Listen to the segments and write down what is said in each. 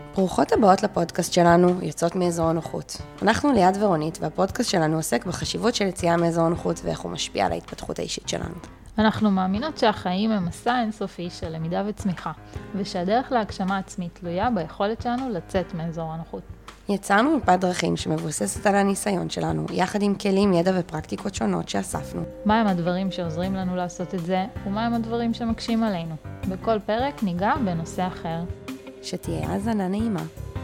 ברוכות הבאות לפודקאסט שלנו, יוצאות מאזור הנוחות. אנחנו ליד ורונית, והפודקאסט שלנו עוסק בחשיבות של יציאה מאזור הנוחות ואיך הוא משפיע על ההתפתחות האישית שלנו. אנחנו מאמינות שהחיים הם מסע אינסופי של למידה וצמיחה, ושהדרך להגשמה עצמית תלויה ביכולת שלנו לצאת מאזור הנוחות. יצרנו מפת דרכים שמבוססת על הניסיון שלנו, יחד עם כלים, ידע ופרקטיקות שונות שאספנו. מהם הדברים שעוזרים לנו לעשות את זה, ומהם הדברים שמקשים עלינו. בכל פרק ניגע בנושא אחר. שתהיה האזנה נעימה.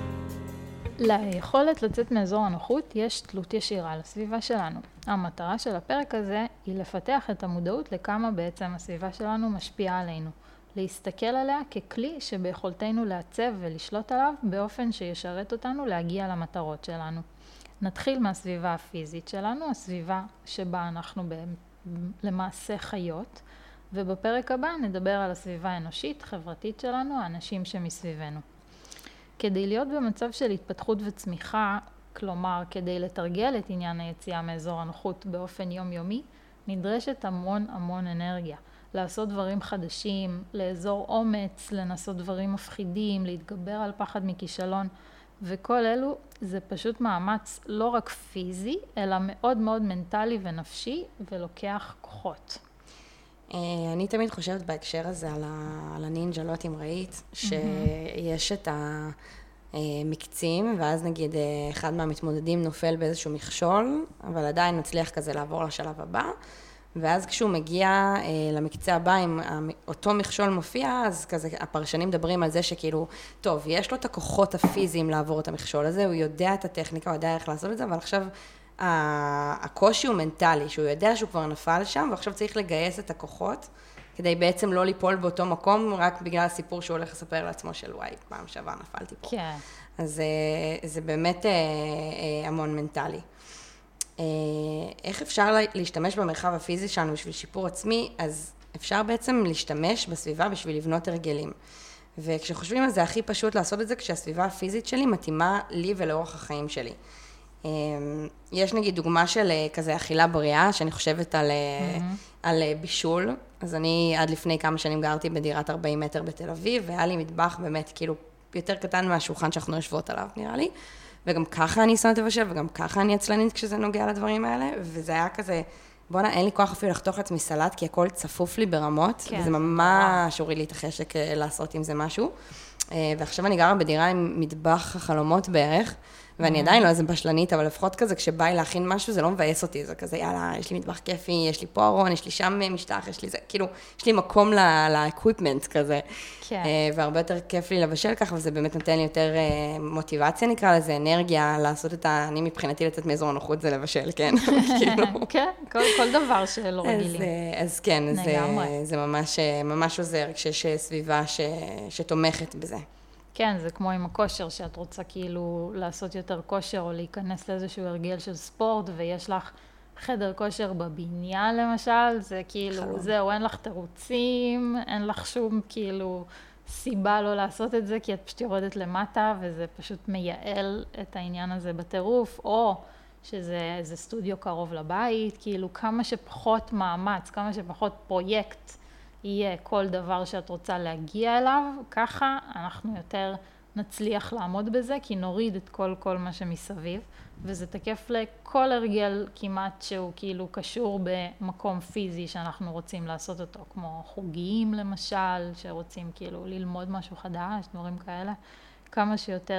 ליכולת לצאת מאזור הנוחות יש תלות ישירה לסביבה שלנו. המטרה של הפרק הזה היא לפתח את המודעות לכמה בעצם הסביבה שלנו משפיעה עלינו. להסתכל עליה ככלי שביכולתנו לעצב ולשלוט עליו באופן שישרת אותנו להגיע למטרות שלנו. נתחיל מהסביבה הפיזית שלנו, הסביבה שבה אנחנו למעשה חיות, ובפרק הבא נדבר על הסביבה האנושית, חברתית שלנו, האנשים שמסביבנו. כדי להיות במצב של התפתחות וצמיחה, כלומר כדי לתרגל את עניין היציאה מאזור הנוחות באופן יומיומי, נדרשת המון אנרגיה. לעשות דברים חדשים, לאזור אומץ, לנסות דברים מפחידים, להתגבר על פחד מכישלון, וכל אלו זה פשוט מאמץ לא רק פיזי, אלא מאוד מנטלי ונפשי, ולוקח כוחות. אני תמיד חושבת בהקשר הזה על הנינג'ה, לא יודעת אם ראית, שיש את המקצים, ואז נגיד אחד מהמתמודדים נופל באיזשהו מכשול, אבל עדיין מצליח כזה לעבור לשלב הבא, ואז כשהוא מגיע למקצה הבא, אם אותו מכשול מופיע, אז כזה הפרשנים מדברים על זה שכאילו, טוב, יש לו את הכוחות הפיזיים לעבור את המכשול הזה, הוא יודע את הטכניקה, הוא יודע איך לעשות את זה, אבל עכשיו הקושי הוא מנטלי, שהוא יודע שהוא כבר נפל שם, ועכשיו צריך לגייס את הכוחות, כדי בעצם לא ליפול באותו מקום, רק בגלל הסיפור שהוא הולך לספר לעצמו של וואי, פעם שעבר נפלתי פה. כן. אז זה באמת המון מנטלי. איך אפשר להשתמש במרחב הפיזי שלנו בשביל שיפור עצמי? אז אפשר בעצם להשתמש בסביבה בשביל לבנות הרגלים. וכשחושבים על זה, הכי פשוט לעשות את זה כשהסביבה הפיזית שלי מתאימה לי ולאורך החיים שלי. יש נגיד דוגמה של כזה אכילה בריאה, שאני חושבת על בישול. אז אני עד לפני כמה שנים גרתי בדירת 40 מטר בתל אביב, והיה לי מטבח באמת כאילו יותר קטן מהשולחן שאנחנו יושבות עליו, נראה לי. וגם ככה אני שונאת לבשל, וגם ככה אני עצלנית כשזה נוגע לדברים האלה, וזה היה כזה, בוא'נה, אין לי כוח אפילו לחתוך לעצמי סלט, כי הכל צפוף לי ברמות, כן, וזה ממש הוריד לי את החשק לעשות עם זה משהו. ועכשיו אני גרה בדירה עם מטבח החלומות בערך, ואני עדיין לא איזה בשלנית, אבל לפחות כזה, כשבא לי להכין משהו, זה לא מבאס אותי, זה כזה, יאללה, יש לי מטבח כיפי, יש לי פה ארון, יש לי שם משטח, יש לי זה, כאילו, יש לי מקום לאקוויפמנט כזה. כן. והרבה יותר כיף לי לבשל ככה, וזה באמת נותן לי יותר מוטיבציה, נקרא לזה, אנרגיה, לעשות אני מבחינתי לצאת מאזור הנוחות זה לבשל, כן? כן, כל דבר שלא רגילים. אז כן, זה ממש עוזר, כשיש סביבה שתומכת בזה. כן, זה כמו עם הכושר, שאת רוצה כאילו לעשות יותר כושר, או להיכנס לאיזשהו הרגל של ספורט, ויש לך חדר כושר בבניין למשל, זה כאילו, זהו, אין לך תירוצים, אין לך שום כאילו סיבה לא לעשות את זה, כי את פשוט יורדת למטה, וזה פשוט מייעל את העניין הזה בטירוף, או שזה סטודיו קרוב לבית, כאילו כמה שפחות מאמץ, כמה שפחות פרויקט, יהיה כל דבר שאת רוצה להגיע אליו, ככה אנחנו יותר נצליח לעמוד בזה, כי נוריד את כל מה שמסביב, וזה תקף לכל הרגל כמעט שהוא כאילו קשור במקום פיזי שאנחנו רוצים לעשות אותו, כמו חוגים למשל, שרוצים כאילו ללמוד משהו חדש, דברים כאלה, כמה שיותר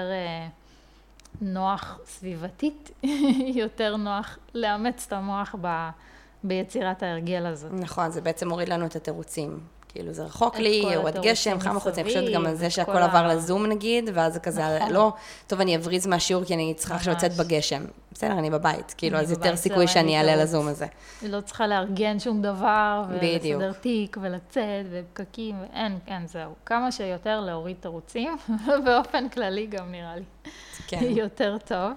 נוח סביבתית, יותר נוח לאמץ את המוח ביצירת ההרגל הזאת. נכון, זה בעצם מוריד לנו את התירוצים. כאילו זה רחוק לי, יורד גשם, חם החוצה, אני חושבת גם על זה שהכל עבר לזום נגיד, ואז זה כזה, לא, טוב אני אבריז מהשיעור כי אני צריכה עכשיו לצאת בגשם. בסדר, אני בבית, כאילו, אז יותר סיכוי שאני אעלה לזום הזה. היא לא צריכה לארגן שום דבר, ולסדר תיק, ולצאת, ופקקים, ואין, זהו. כמה שיותר להוריד תירוצים, באופן כללי גם נראה לי. יותר טוב.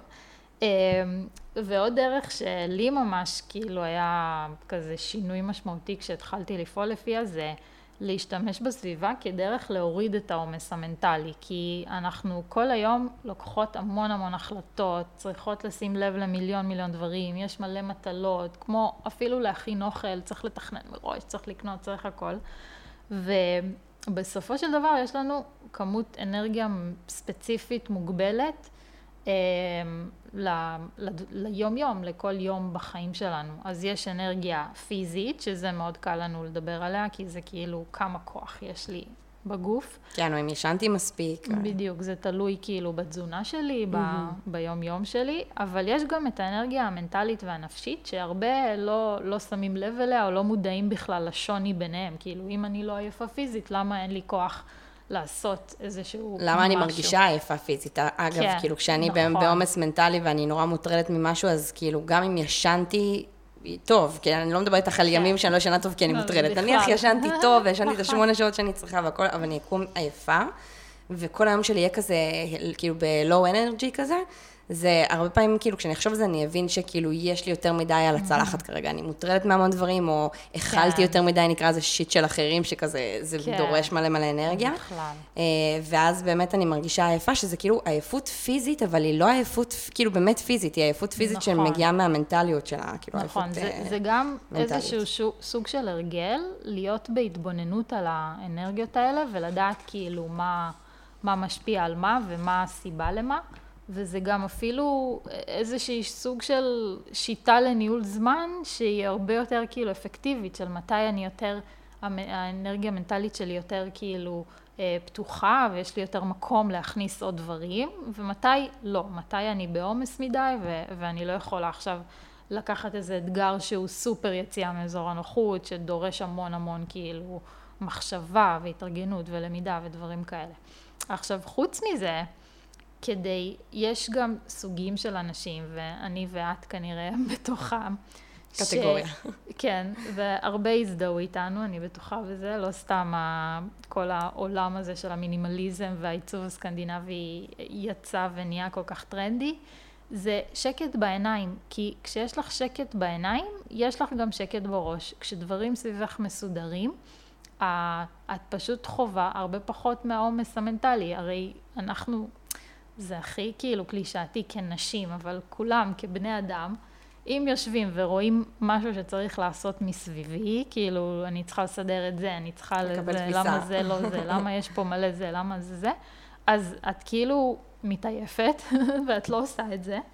ועוד דרך שלי ממש כאילו היה כזה שינוי משמעותי כשהתחלתי לפעול לפיה זה להשתמש בסביבה כדרך להוריד את העומס המנטלי, כי אנחנו כל היום לוקחות המון החלטות, צריכות לשים לב למיליון דברים, יש מלא מטלות, כמו אפילו להכין אוכל, צריך לתכנן מראש, צריך לקנות, צריך הכל. בסופו של דבר יש לנו כמות אנרגיה ספציפית מוגבלת ליום-יום, לכל יום בחיים שלנו. אז יש אנרגיה פיזית, שזה מאוד קל לנו לדבר עליה, כי זה כאילו כמה כוח יש לי בגוף. כן, או אם ישנתי מספיק. בדיוק, זה תלוי כאילו בתזונה שלי, ביום-יום שלי, אבל יש גם את האנרגיה המנטלית והנפשית, שהרבה לא שמים לב אליה, או לא מודעים בכלל לשוני ביניהם. כאילו, אם אני לא עייפה פיזית, למה אין לי כוח לעשות איזשהו משהו? למה אני מרגישה עייפה פיזית? אגב, כן, כאילו, כשאני נכון. בעומס מנטלי ואני נורא מוטרדת ממשהו, אז כאילו, גם אם ישנתי טוב, כי אני לא מדברת איתך על ימים שאני לא ישנה טוב כי אני מוטרדת. נניח ישנתי טוב וישנתי את 8 שעות שאני צריכה והכל, אבל אני אקום עייפה, וכל היום שלי יהיה כזה, כאילו ב-low energy כזה, זה הרבה פעמים, כאילו, כשאני אחשוב על זה, אני אבין שכאילו יש לי יותר מדי על הצלחת כרגע, אני מוטרדת מהמון דברים, או אכלתי יותר מדי, נקרא זה שיט של אחרים, שכזה, זה דורש מלא מלא אנרגיה. ואז באמת אני מרגישה עייפה, שזה כאילו עייפות פיזית, אבל היא לא עייפות, כאילו באמת פיזית, היא עייפות פיזית שמגיעה מהמנטליות שלה, כאילו עייפות מנטלית. נכון, זה גם איזשהו סוג של הרגל, להיות בהתבוננות על האנרגיות האלה, ולדעת כאילו מה משפיע על מה, ומה הסיבה למה. וזה גם אפילו איזושהי סוג של שיטה לניהול זמן, שהיא הרבה יותר כאילו אפקטיבית, של מתי אני יותר, האנרגיה המנטלית שלי יותר כאילו פתוחה, ויש לי יותר מקום להכניס עוד דברים, ומתי לא, מתי אני בעומס מדי, ואני לא יכולה עכשיו לקחת איזה אתגר שהוא סופר יציאה מאזור הנוחות, שדורש המון המון כאילו מחשבה והתארגנות ולמידה ודברים כאלה. עכשיו, חוץ מזה, יש גם סוגים של אנשים, ואני ואת כנראה בתוכם. קטגוריה. כן, והרבה הזדהו איתנו, אני בטוחה בזה, לא סתם כל העולם הזה של המינימליזם והעיצוב הסקנדינבי יצא ונהיה כל כך טרנדי, זה שקט בעיניים, כי כשיש לך שקט בעיניים, יש לך גם שקט בראש. כשדברים סביבך מסודרים, את פשוט חובה הרבה פחות מהעומס המנטלי, הרי אנחנו... זה הכי כאילו קלישאתי כנשים, אבל כולם כבני אדם, אם יושבים ורואים משהו שצריך לעשות מסביבי, כאילו אני צריכה לסדר את זה, אני צריכה לזה, למה זה לא זה, למה יש פה מלא זה, למה זה זה, אז את כאילו מתעייפת ואת לא עושה את זה,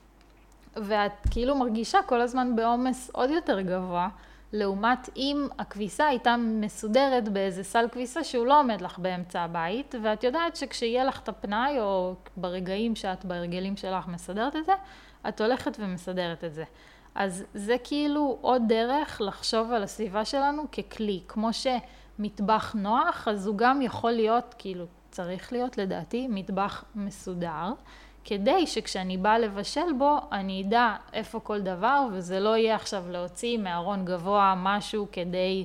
ואת כאילו מרגישה כל הזמן בעומס עוד יותר גבוה, לעומת אם הכביסה הייתה מסודרת באיזה סל כביסה שהוא לא עומד לך באמצע הבית, ואת יודעת שכשיהיה לך את הפנאי, או ברגעים שאת בהרגלים שלך מסדרת את זה, את הולכת ומסדרת את זה. אז זה כאילו עוד דרך לחשוב על הסביבה שלנו ככלי. כמו שמטבח נוח, אז הוא גם יכול להיות, כאילו צריך להיות לדעתי, מטבח מסודר, כדי שכשאני באה לבשל בו, אני אדע איפה כל דבר, וזה לא יהיה עכשיו להוציא מארון גבוה משהו כדי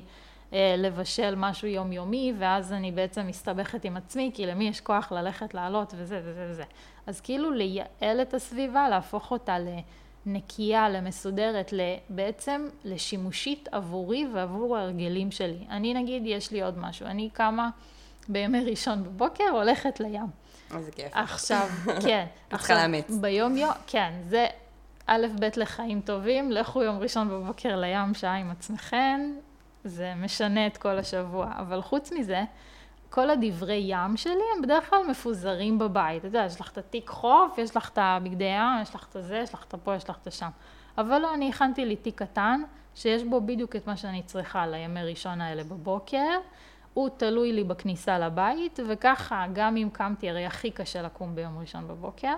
לבשל משהו יומיומי, ואז אני בעצם מסתבכת עם עצמי, כי למי יש כוח ללכת לעלות וזה וזה וזה. אז כאילו לייעל את הסביבה, להפוך אותה לנקייה, למסודרת, בעצם לשימושית עבורי ועבור ההרגלים שלי. אני נגיד, יש לי עוד משהו, אני קמה בימי ראשון בבוקר, הולכת לים. זה כיף. עכשיו, כן. צריכה לאמץ. ביום יום, כן, זה א' ב' לחיים טובים, לכו יום ראשון בבוקר לים, שעה עם עצמכם, זה משנה את כל השבוע. אבל חוץ מזה, כל הדברי ים שלי הם בדרך כלל מפוזרים בבית. אתה יודע, יש לך את התיק חוף, יש לך את הבגדי ים, יש לך את זה, יש לך את פה, יש לך את שם. אבל לא, אני הכנתי לי תיק קטן, שיש בו בדיוק את מה שאני צריכה לימי ראשון האלה בבוקר, הוא תלוי לי בכניסה לבית, וככה גם אם קמתי, הרי הכי קשה לקום ביום ראשון בבוקר,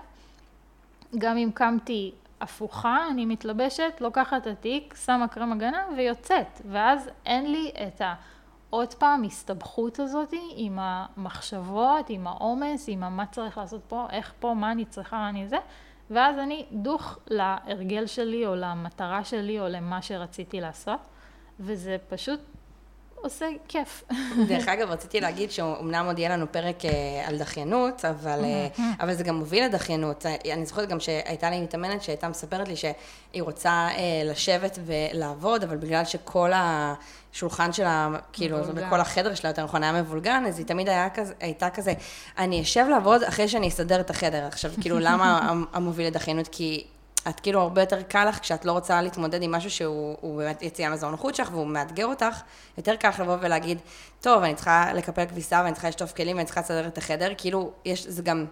גם אם קמתי הפוכה, אני מתלבשת, לוקחת את התיק, שמה קרם הגנה ויוצאת, ואז אין לי את עוד פעם הסתבכות הזאת עם המחשבות, עם העומס, עם מה צריך לעשות פה, איך פה, מה אני צריכה, מה אני זה, ואז אני דוך להרגל שלי או למטרה שלי או למה שרציתי לעשות, וזה פשוט עושה כיף. דרך אגב, רציתי להגיד שאומנם עוד יהיה לנו פרק על דחיינות, אבל זה גם מוביל לדחיינות. אני זוכרת גם שהייתה לי מתאמנת שהייתה מספרת לי שהיא רוצה לשבת ולעבוד, אבל בגלל שכל השולחן שלה, כאילו, וכל החדר שלה יותר נכון היה מבולגן, אז היא תמיד הייתה כזה, אני אשב לעבוד אחרי שאני אסדר את החדר. עכשיו, כאילו, למה המוביל לדחיינות? כי את כאילו הרבה יותר קל לך, כשאת לא רוצה להתמודד עם משהו שהוא באמת יציאה מזור נוחות שלך, והוא מאתגר אותך, יותר קל לך לבוא ולהגיד, טוב, אני צריכה לקפל כביסה, ואני צריכה לשטוף כלים, ואני צריכה לסדר את החדר, כאילו, זה גם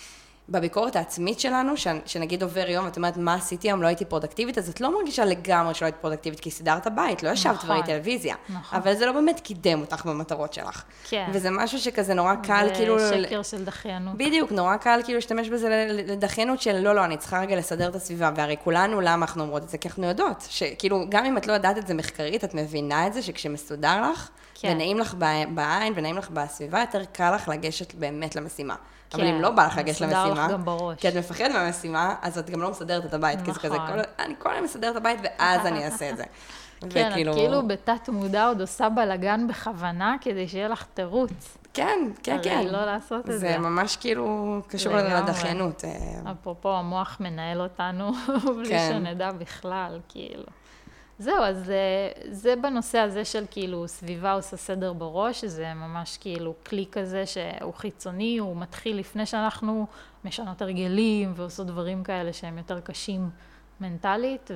בביקורת העצמית שלנו, שנגיד עובר יום, ואת אומרת, מה עשיתי היום, לא הייתי פרודקטיבית, אז את לא מרגישה לגמרי שלא היית פרודקטיבית, כי סידרת בית, לא ישבת וראית טלוויזיה. אבל זה לא באמת קידם אותך במטרות שלך. כן. וזה משהו שכזה נורא קל, כאילו... זה שקר של דחיינות. בדיוק, נורא קל כאילו להשתמש בזה לדחיינות של לא, אני צריכה רגע לסדר את הסביבה, והרי כולנו, למה אנחנו אומרות את זה? כי אנחנו יודעות, שכאילו, גם אם את לא יודעת את זה מחקרית, את מבינה את זה, שכשמסודר לך, ונעים לך בעין, ונעים לך בסביבה, יותר קל לך לגשת באמת למשימה. אבל אם לא בא לך לגשת למשימה, כי את מפחדת מהמשימה, אז את גם לא מסדרת את הבית, כי זה כזה, אני כל היום מסדר את הבית, ואז אני אעשה את זה. כן, את כאילו בתת מודע עוד עושה בלגן בכוונה, כדי שיהיה לך תירוץ. כן. הרי לא לעשות את זה. זה ממש כאילו קשור לדחיינות. אפרופו, המוח מנהל אותנו, בלי שנדע בכלל, כאילו. זהו, אז זה בנושא הזה של כאילו סביבה עושה סדר בראש, זה ממש כאילו כלי כזה שהוא חיצוני, הוא מתחיל לפני שאנחנו משנות הרגלים ועושות דברים כאלה שהם יותר קשים מנטלית,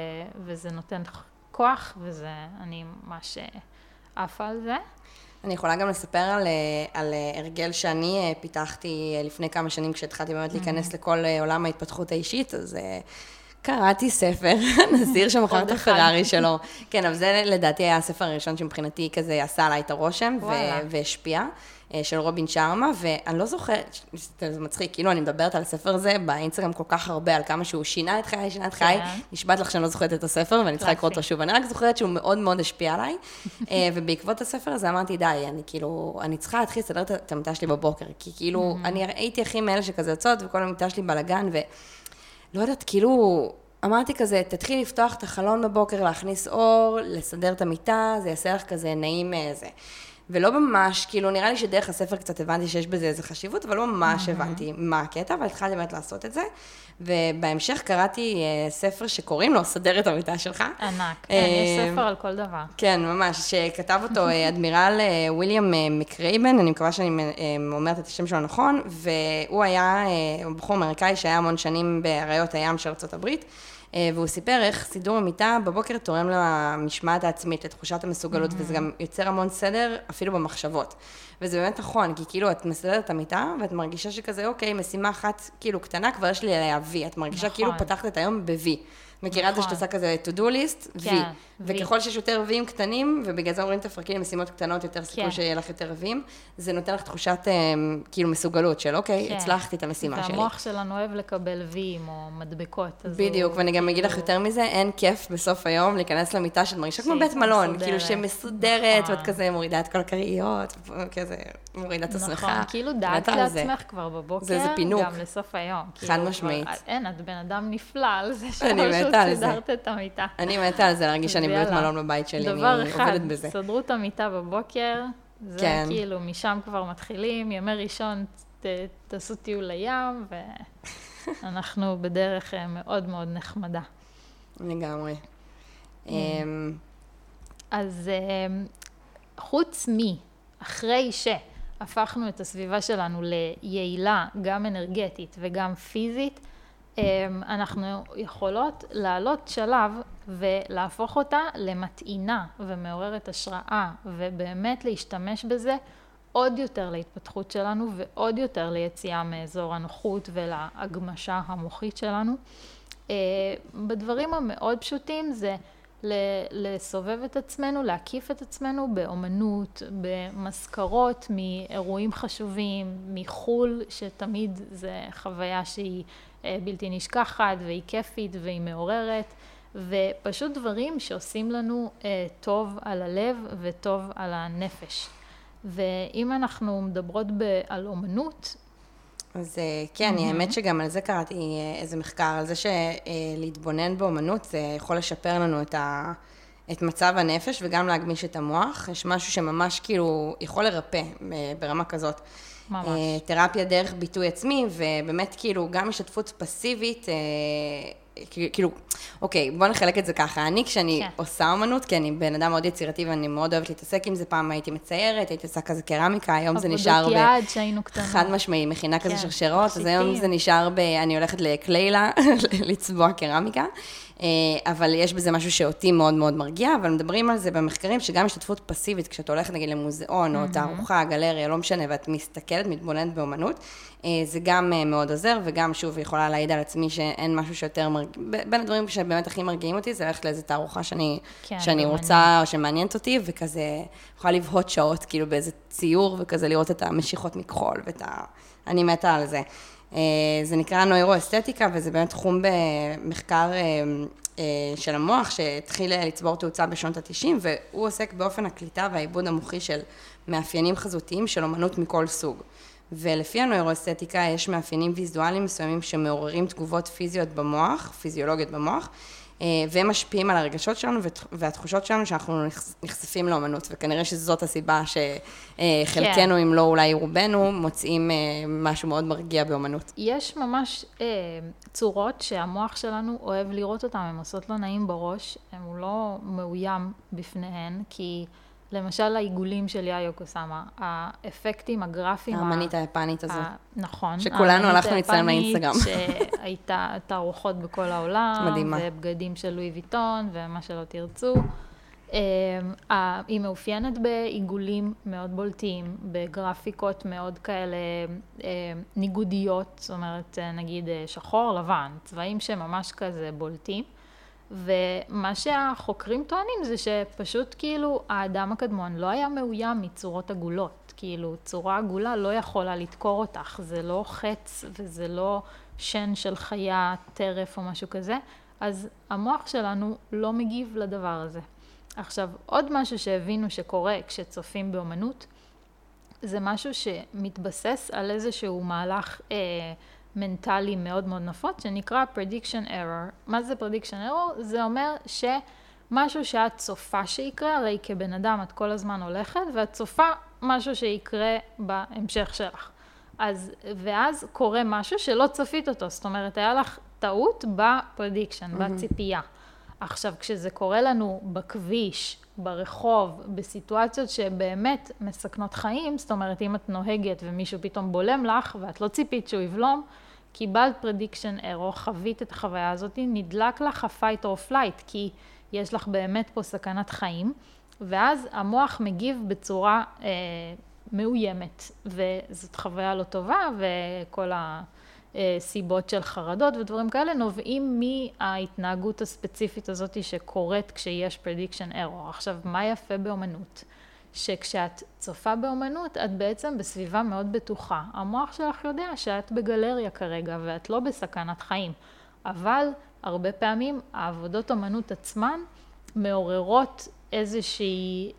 וזה נותן כוח, אני ממש עפה על זה. אני יכולה גם לספר על הרגל שאני פיתחתי לפני כמה שנים, כשהתחלתי באמת להיכנס לכל עולם ההתפתחות האישית, אז... קראתי ספר, נזיר שמכר את הפרארי שלו. כן, אבל זה לדעתי היה הספר הראשון שמבחינתי כזה עשה עליי את הרושם והשפיע, של רובין שרמה, ואני לא זוכרת, זה מצחיק, כאילו אני מדברת על הספר הזה באינסטגרם כל כך הרבה, על כמה שהוא שינה את חיי, נשבעת לך שאני לא זוכרת את הספר, ואני צריכה לקרוא אותו שוב. אני רק זוכרת שהוא מאוד מאוד השפיע עליי, ובעקבות הספר הזה אמרתי, די, אני צריכה להתחיל לסדר את המיטה שלי בבוקר, כי כאילו, אני הייתי הכי מאלה שכזה יוצאות, וכל המיטה שלי בלגן, לא יודעת, כאילו, אמרתי כזה, תתחיל לפתוח את החלון בבוקר, להכניס אור, לסדר את המיטה, זה יעשה לך כזה נעים זה. ולא ממש, כאילו, נראה לי שדרך הספר קצת הבנתי שיש בזה איזו חשיבות, אבל לא ממש הבנתי מה הקטע, אבל התחלתי באמת לעשות את זה. ובהמשך קראתי ספר שקוראים לו, סדר את המיטה שלך. ענק, כן, יש ספר על כל דבר. כן, ממש, שכתב אותו אדמירל וויליאם מקרייבן, אני מקווה שאני אומרת את השם שלו נכון, והוא היה בחור אמריקאי שהיה המון שנים באריות הים של ארצות הברית, והוא סיפר איך סידור המיטה בבוקר תורם למשמעת העצמית, לתחושת המסוגלות, וזה גם יוצר המון סדר, אפילו במחשבות. וזה באמת נכון, כי כאילו את מסדרת את המיטה, ואת מרגישה שכזה, אוקיי, משימה אחת כאילו קטנה, כבר יש לי עליה וי, את מרגישה כאילו פתחת את היום ב-וי. מכירה את זה שאתה עושה כזה to-do list, וי. וככל שיש יותר ויים קטנים, ובגלל זה אומרים תפרקי למשימות קטנות, יותר סיכוי שיהיה לך יותר ויים, זה נותן לך תחושת כאילו מסוגלות של, אוקיי, הצלחתי את המשימה שלי. והמוח שלנו אוהב לקבל ויים או מדבקות. בדיוק, ואני גם אגיד לך יותר מזה, אין כיף בסוף היום להיכנס למיטה שאת מרגישה כמו בית מלון, כאילו שמסודרת, ואת כזה מורידה את כל הקריות, וכזה מורידה את עצמך. נכון, כאילו דאגת לעצמך כבר בבוקר, גם לסוף היום. חד משמעית. אין, את בן אדם נפלא על זה סידרת את המיטה. אני מתה על זה, להרגיש שאני בבית מלון בבית שלי, אני עובדת בזה. דבר אחד, סדרו את המיטה בבוקר, זה כאילו, משם כבר מתחילים, ימי ראשון תעשו טיול לים, ואנחנו בדרך מאוד מאוד נחמדה. לגמרי. אז חוץ אחרי שהפכנו את הסביבה שלנו ליעילה, גם אנרגטית וגם פיזית, אנחנו יכולות לעלות שלב ולהפוך אותה למטעינה ומעוררת השראה, ובאמת להשתמש בזה עוד יותר להתפתחות שלנו ועוד יותר ליציאה מאזור הנוחות ולהגמשה המוחית שלנו. בדברים המאוד פשוטים זה לסובב את עצמנו, להקיף את עצמנו באומנות, במזכרות מאירועים חשובים, מחול, שתמיד זה חוויה שהיא בלתי נשכחת והיא כיפית והיא מעוררת, ופשוט דברים שעושים לנו טוב על הלב וטוב על הנפש. ואם אנחנו מדברות על אומנות, אז כן, האמת שגם על זה קראתי איזה מחקר, על זה שלהתבונן באומנות זה יכול לשפר לנו את מצב הנפש וגם להגמיש את המוח. יש משהו שממש כאילו יכול לרפא ברמה כזאת. ממש. תרפיה דרך ביטוי עצמי, ובאמת כאילו גם השתתפות פסיבית כאילו, אוקיי, בוא נחלק את זה ככה. אני, כשאני עושה אומנות, כי אני בן אדם מאוד יצירתי, ואני מאוד אוהבת להתעסק עם זה, פעם הייתי מציירת, הייתי עושה כזה קרמיקה, היום זה נשאר עבודות יד שהיינו קטנות. חד משמעי, מכינה כזה שרשרות, אז היום זה נשאר אני הולכת לקלילה, לצבוע קרמיקה, אבל יש בזה משהו שאותי מאוד מאוד מרגיע, אבל מדברים על זה במחקרים, שגם השתתפות פסיבית, כשאת הולכת נגיד למוזיאון, או תערוכה, גלריה, לא משנה, ואת מסתכלת, מתבוננת באומנות, זה גם מאוד עוזר, וגם שוב יכולה להעיד על עצמי שאין משהו שיותר בין הדברים שבאמת הכי מרגיעים אותי, זה ללכת לאיזו תערוכה שאני רוצה, או שמעניינת אותי, וכזה יכולה לבהות שעות, כאילו באיזה ציור, וכזה לראות את המשיכות מכחול, אני מתה על זה. זה נקרא נוירואסתטיקה, וזה באמת תחום במחקר של המוח, שהתחיל לצבור תאוצה בשנות ה-90, והוא עוסק באופן הקליטה והעיבוד המוחי של מאפיינים חזותיים של אומנות מכל סוג. ולפי הנוירואסתטיקה יש מאפיינים ויזואליים מסוימים שמעוררים תגובות פיזיות במוח, פיזיולוגיות במוח, והם משפיעים על הרגשות שלנו והתחושות שלנו שאנחנו נחשפים לאומנות, וכנראה שזאת הסיבה שחלקנו, אם לא אולי רובנו, מוצאים משהו מאוד מרגיע באומנות. יש ממש צורות שהמוח שלנו אוהב לראות אותם, הן עושות לו נעים בראש, הוא לא מאוים בפניהן, כי למשל העיגולים של יאיו קוסאמה, האפקטים הגרפיים... האמנית היפנית הזו. נכון. שכולנו הלכנו לציין לאינסטגרם. שהייתה תערוכות בכל העולם. מדהימה. ובגדים של לואי ויטון ומה שלא תרצו. היא מאופיינת בעיגולים מאוד בולטים, בגרפיקות מאוד כאלה ניגודיות, זאת אומרת נגיד שחור, לבן, צבעים שממש כזה בולטים. ומה שהחוקרים טוענים זה שפשוט כאילו האדם הקדמון לא היה מאוים מצורות עגולות, כאילו צורה עגולה לא יכולה לדקור אותך, זה לא חץ וזה לא שן של חיה, טרף או משהו כזה, אז המוח שלנו לא מגיב לדבר הזה. עכשיו, עוד משהו שהבינו שקורה כשצופים באומנות, זה משהו שמתבסס על איזשהו מהלך מנטלי מאוד מאוד נפוץ, שנקרא prediction error. מה זה prediction error? זה אומר שמשהו שאת צופה שיקרה, הרי כבן אדם את כל הזמן הולכת, ואת צופה משהו שיקרה בהמשך שלך. ואז קורה משהו שלא צפית אותו, זאת אומרת, היה לך טעות בפרדיקשן, בציפייה. עכשיו, כשזה קורה לנו בכביש, ברחוב, בסיטואציות שבאמת מסכנות חיים, זאת אומרת, אם את נוהגת ומישהו פתאום בולם לך, ואת לא ציפית שהוא יבלום, קיבלת prediction error, חווית את החוויה הזאת, נדלק לך ה-fight or flight, כי יש לך באמת פה סכנת חיים, ואז המוח מגיב בצורה מאוימת, וזאת חוויה לא טובה, וכל הסיבות של חרדות ודברים כאלה נובעים מההתנהגות הספציפית הזאת שקורית כשיש prediction error. עכשיו, מה יפה באומנות? שכשאת צופה באומנות, את בעצם בסביבה מאוד בטוחה. המוח שלך יודע שאת בגלריה כרגע, ואת לא בסכנת חיים. אבל הרבה פעמים העבודות אומנות עצמן מעוררות איזושהי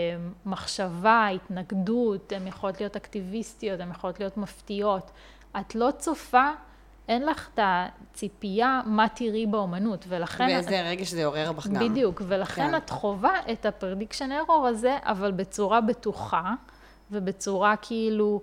מחשבה, התנגדות, הן יכולות להיות אקטיביסטיות, הן יכולות להיות מפתיעות. את לא צופה, אין לך את הציפייה מה תראי באומנות, ולכן... באיזה רגע שזה יעורר בך גם. בדיוק, ולכן את חובה את הפרדיקשן ארור הזה, אבל בצורה בטוחה, ובצורה כאילו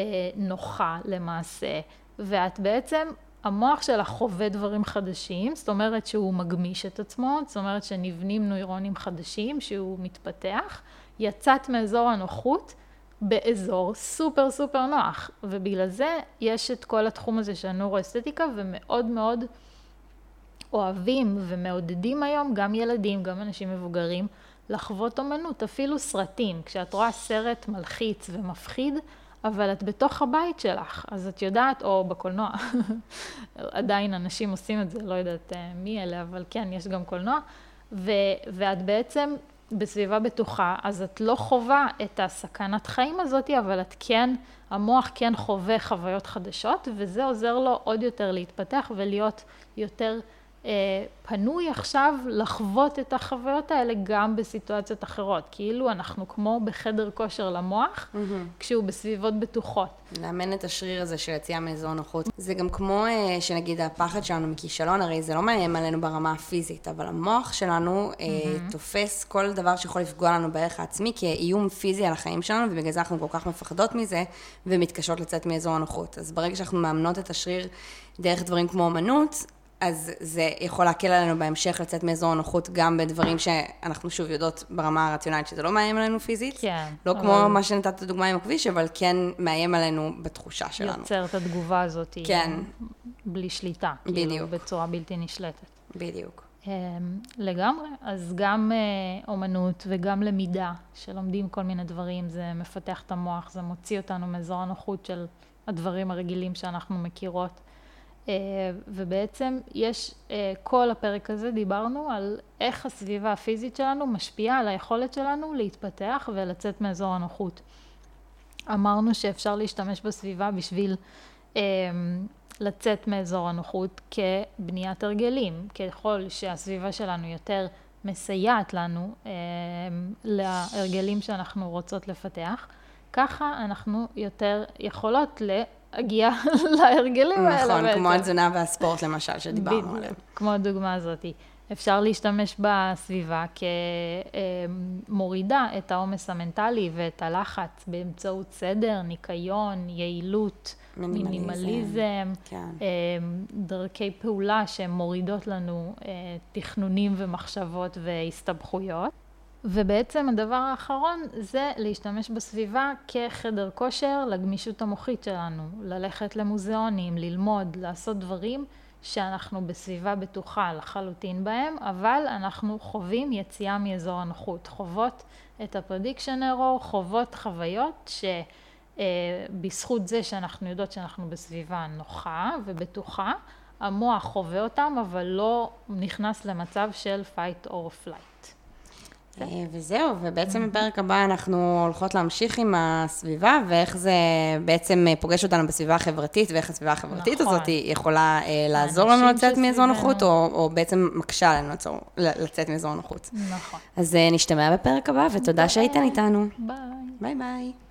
נוחה למעשה, ואת בעצם, המוח שלך חווה דברים חדשים, זאת אומרת שהוא מגמיש את עצמו, זאת אומרת שנבנים נוירונים חדשים, שהוא מתפתח, יצאת מאזור הנוחות, באזור סופר סופר נוח, ובגלל זה יש את כל התחום הזה של הנוירואסתטיקה, ומאוד מאוד אוהבים ומעודדים היום, גם ילדים, גם אנשים מבוגרים, לחוות אומנות, אפילו סרטים. כשאת רואה סרט מלחיץ ומפחיד, אבל את בתוך הבית שלך, אז את יודעת, או בקולנוע, עדיין אנשים עושים את זה, לא יודעת מי אלה, אבל כן, יש גם קולנוע, ואת בעצם בסביבה בטוחה, אז את לא חובה את הסכנת חיים הזאת, אבל את כן, המוח כן חווה חוויות חדשות, וזה עוזר לו עוד יותר להתפתח ולהיות יותר פנוי עכשיו לחוות את החוויות האלה גם בסיטואציות אחרות. כאילו אנחנו כמו בחדר כושר למוח, כשהוא בסביבות בטוחות. לאמן את השריר הזה של יציאה מאזור נוחות. זה גם כמו שנגיד הפחד שלנו מכישלון, הרי זה לא מאיים עלינו ברמה הפיזית, אבל המוח שלנו תופס כל דבר שיכול לפגוע לנו בערך העצמי כאיום פיזי על החיים שלנו, ובגלל זה אנחנו כל כך מפחדות מזה ומתקשות לצאת מאזור הנוחות. אז ברגע שאנחנו מאמנות את השריר דרך דברים כמו אומנות, אז זה יכול להקל עלינו בהמשך לצאת מאזור הנוחות, גם בדברים שאנחנו שוב יודעות ברמה הרציונלית, שזה לא מאיים עלינו פיזית. כן. לא כמו מה שנתת דוגמה עם הכביש, אבל כן מאיים עלינו בתחושה שלנו. יוצר את התגובה הזאת. כן. בלי שליטה. בדיוק. כאילו, בצורה בלתי נשלטת. בדיוק. לגמרי. אז גם אומנות וגם למידה, שלומדים כל מיני דברים, זה מפתח את המוח, זה מוציא אותנו מאזור הנוחות של הדברים הרגילים שאנחנו מכירות. ובעצם יש, כל הפרק הזה דיברנו על איך הסביבה הפיזית שלנו משפיעה על היכולת שלנו להתפתח ולצאת מאזור הנוחות. אמרנו שאפשר להשתמש בסביבה בשביל לצאת מאזור הנוחות כבניית הרגלים. ככל שהסביבה שלנו יותר מסייעת לנו להרגלים שאנחנו רוצות לפתח, ככה אנחנו יותר יכולות להגיע להרגלים האלה. נכון, כמו התזונה והספורט למשל שדיברנו עליהם. כמו הדוגמה הזאת. אפשר להשתמש בסביבה כמורידה את העומס המנטלי ואת הלחץ באמצעות סדר, ניקיון, יעילות, מינימליזם, דרכי פעולה שמורידות לנו תכנונים ומחשבות והסתבכויות. ובעצם הדבר האחרון זה להשתמש בסביבה כחדר כושר לגמישות המוחית שלנו, ללכת למוזיאונים, ללמוד, לעשות דברים שאנחנו בסביבה בטוחה לחלוטין בהם, אבל אנחנו חווים יציאה מאזור הנוחות, חוות את הפרדיקשן ארור, חוות חוויות שבזכות זה שאנחנו יודעות שאנחנו בסביבה נוחה ובטוחה, המוח חווה אותם, אבל לא נכנס למצב של fight or flight. וזהו, ובעצם בפרק הבא אנחנו הולכות להמשיך עם הסביבה, ואיך זה בעצם פוגש אותנו בסביבה החברתית, ואיך הסביבה החברתית הזאת יכולה לעזור לנו לצאת מאזור נוחות, או בעצם מקשה לנו לצאת מאזור נוחות. נכון. אז נשתמע בפרק הבא, ותודה שהייתן איתנו. ביי. ביי ביי.